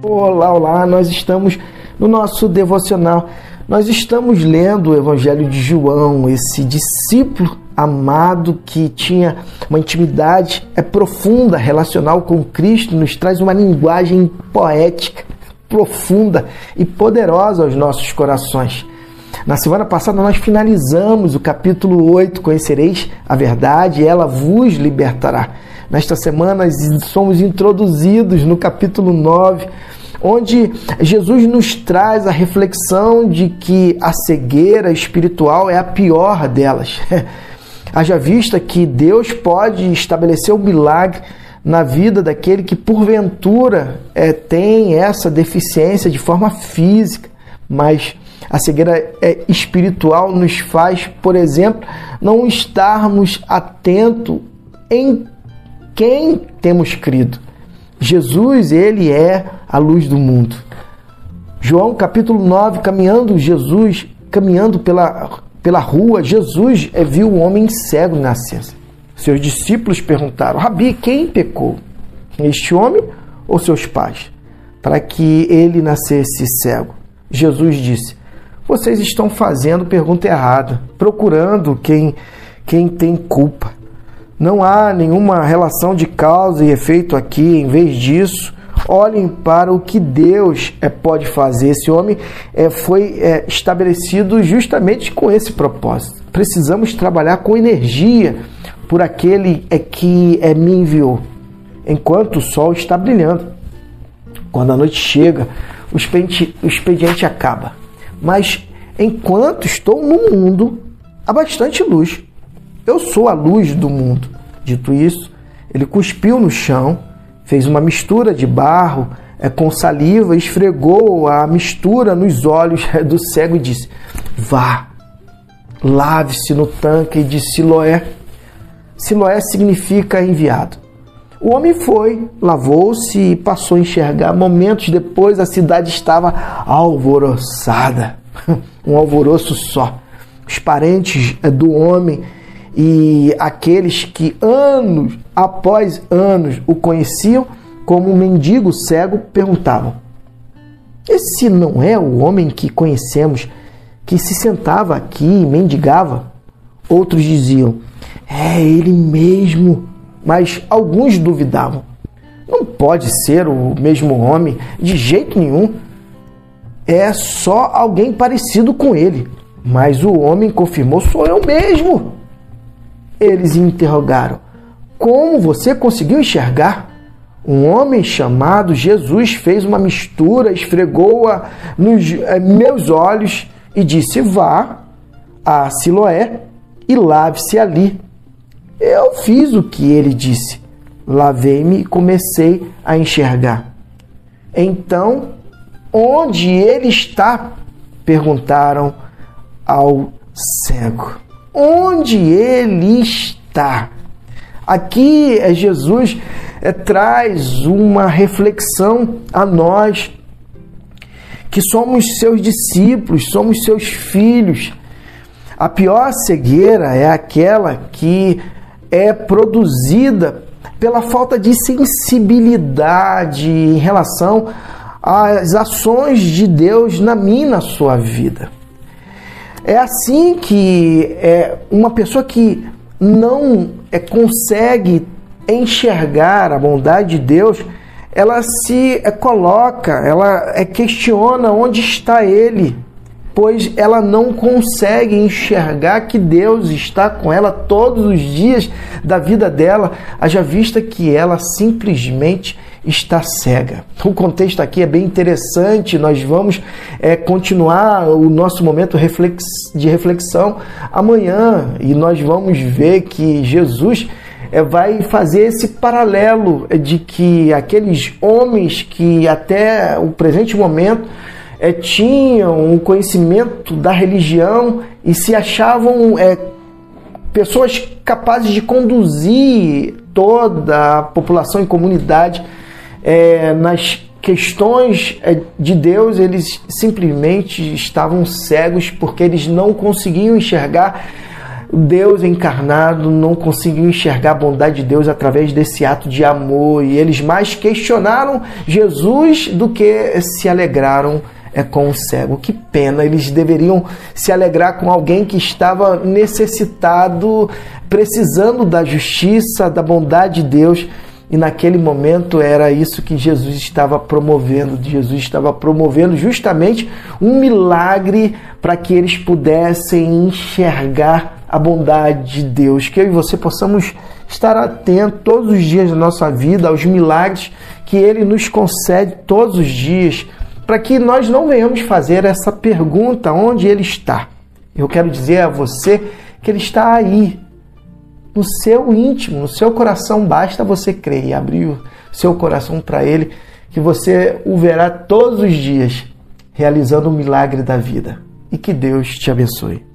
Olá, olá, nós estamos no nosso devocional. Nós estamos lendo o Evangelho de João, esse discípulo amado que tinha uma intimidade profunda, relacional com Cristo, nos traz uma linguagem poética, profunda e poderosa aos nossos corações. Na semana passada nós finalizamos o capítulo 8, Conhecereis a verdade e ela vos libertará. Nesta semana somos introduzidos no capítulo 9, onde Jesus nos traz a reflexão de que a cegueira espiritual é a pior delas. Haja vista que Deus pode estabelecer um milagre na vida daquele que porventura tem essa deficiência de forma física, mas a cegueira espiritual nos faz, por exemplo, não estarmos atentos em quem temos crido. Jesus, ele é a luz do mundo. João capítulo 9, caminhando pela rua, Jesus viu um homem cego nascer. Seus discípulos perguntaram: Rabi, quem pecou? Este homem ou seus pais? Para que ele nascesse cego. Jesus disse: vocês estão fazendo pergunta errada, procurando quem tem culpa. Não há nenhuma relação de causa e efeito aqui. Em vez disso, olhem para o que Deus pode fazer. Esse homem foi estabelecido justamente com esse propósito. Precisamos trabalhar com energia por aquele que me enviou, enquanto o sol está brilhando. Quando a noite chega, o expediente acaba. Mas enquanto estou no mundo, há bastante luz. Eu sou a luz do mundo. Dito isso, ele cuspiu no chão, fez uma mistura de barro com saliva, esfregou a mistura nos olhos do cego e disse: vá, lave-se no tanque de Siloé. Siloé significa enviado. O homem foi, lavou-se e passou a enxergar. Momentos depois, a cidade estava alvoroçada. Um alvoroço só. Os parentes do homem e aqueles que anos após anos o conheciam como um mendigo cego perguntavam: esse não é o homem que conhecemos, que se sentava aqui e mendigava? Outros diziam: é ele mesmo. Mas alguns duvidavam: não pode ser o mesmo homem, de jeito nenhum. É só alguém parecido com ele. Mas o homem confirmou: sou eu mesmo. Eles interrogaram: como você conseguiu enxergar? Um homem chamado Jesus fez uma mistura, esfregou-a nos meus olhos e disse: vá a Siloé e lave-se ali. Eu fiz o que ele disse, lavei-me e comecei a enxergar. Então, onde ele está? Perguntaram ao cego. Onde ele está? Aqui Jesus traz uma reflexão a nós, que somos seus discípulos, somos seus filhos. A pior cegueira é aquela que é produzida pela falta de sensibilidade em relação às ações de Deus na minha e na sua vida. É assim que uma pessoa que não consegue enxergar a bondade de Deus, ela se coloca, ela questiona onde está Ele, pois ela não consegue enxergar que Deus está com ela todos os dias da vida dela, haja vista que ela simplesmente está cega. O contexto aqui é bem interessante, nós vamos continuar o nosso momento de reflexão amanhã e nós vamos ver que Jesus vai fazer esse paralelo de que aqueles homens que até o presente momento tinham um conhecimento da religião e se achavam pessoas capazes de conduzir toda a população e comunidade nas questões de Deus, eles simplesmente estavam cegos porque eles não conseguiam enxergar Deus encarnado não conseguiu enxergar a bondade de Deus através desse ato de amor, e eles mais questionaram Jesus do que se alegraram com o cego. Que pena, eles deveriam se alegrar com alguém que estava necessitado, precisando da justiça, da bondade de Deus, e naquele momento era isso que Jesus estava promovendo. Jesus estava promovendo justamente um milagre para que eles pudessem enxergar a bondade de Deus. Que eu e você possamos estar atentos todos os dias da nossa vida aos milagres que Ele nos concede todos os dias, para que nós não venhamos fazer essa pergunta: onde Ele está? Eu quero dizer a você que Ele está aí, no seu íntimo, no seu coração. Basta você crer e abrir o seu coração para Ele, que você o verá todos os dias realizando o milagre da vida. E que Deus te abençoe.